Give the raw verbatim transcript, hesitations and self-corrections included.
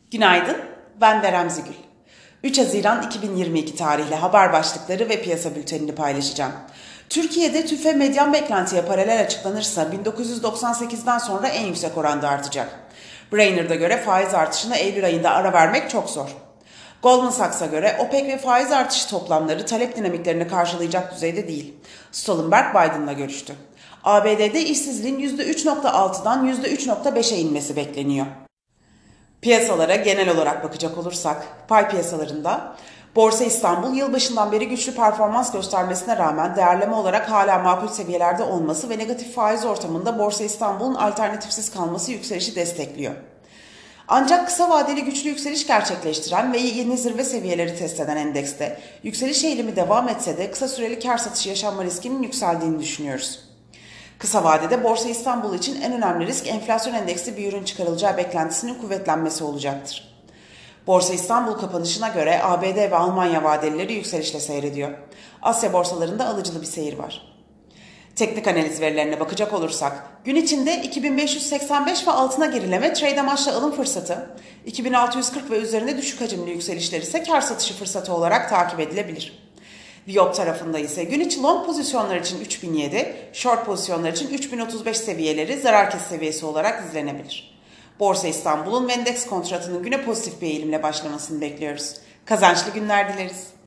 Günaydın, ben Berem Zigül. üç Haziran iki bin yirmi iki tarihli haber başlıkları ve piyasa bültenini paylaşacağım. Türkiye'de tüfe medyan beklentiye paralel açıklanırsa bin dokuz yüz doksan sekizden sonra en yüksek oranda artacak. Brainer'da göre faiz artışına Eylül ayında ara vermek çok zor. Goldman Sachs'a göre OPEC ve faiz artışı toplamları talep dinamiklerini karşılayacak düzeyde değil. Stoltenberg Biden'la görüştü. A B D'de işsizliğin yüzde üç virgül altıdan yüzde üç virgül beşe inmesi bekleniyor. Piyasalara genel olarak bakacak olursak, pay piyasalarında Borsa İstanbul yılbaşından beri güçlü performans göstermesine rağmen değerleme olarak hala makul seviyelerde olması ve negatif faiz ortamında Borsa İstanbul'un alternatifsiz kalması yükselişi destekliyor. Ancak kısa vadeli güçlü yükseliş gerçekleştiren ve yeni zirve seviyeleri test eden endekste yükseliş eğilimi devam etse de kısa süreli kar satışı yaşanma riskinin yükseldiğini düşünüyoruz. Kısa vadede Borsa İstanbul için en önemli risk enflasyon endeksi bir ürün çıkarılacağı beklentisinin kuvvetlenmesi olacaktır. Borsa İstanbul kapanışına göre A B D ve Almanya vadelileri yükselişle seyrediyor. Asya borsalarında alıcılı bir seyir var. Teknik analiz verilerine bakacak olursak, gün içinde iki bin beş yüz seksen beş ve altına gerileme trade amaçlı alım fırsatı, iki bin altı yüz kırk ve üzerinde düşük hacimli yükselişler ise kar satışı fırsatı olarak takip edilebilir. Viyop tarafında ise gün içi long pozisyonlar için üç bin yedi, short pozisyonlar için üç bin otuz beş seviyeleri zarar kes seviyesi olarak izlenebilir. Borsa İstanbul'un ve endeks kontratının güne pozitif bir eğilimle başlamasını bekliyoruz. Kazançlı günler dileriz.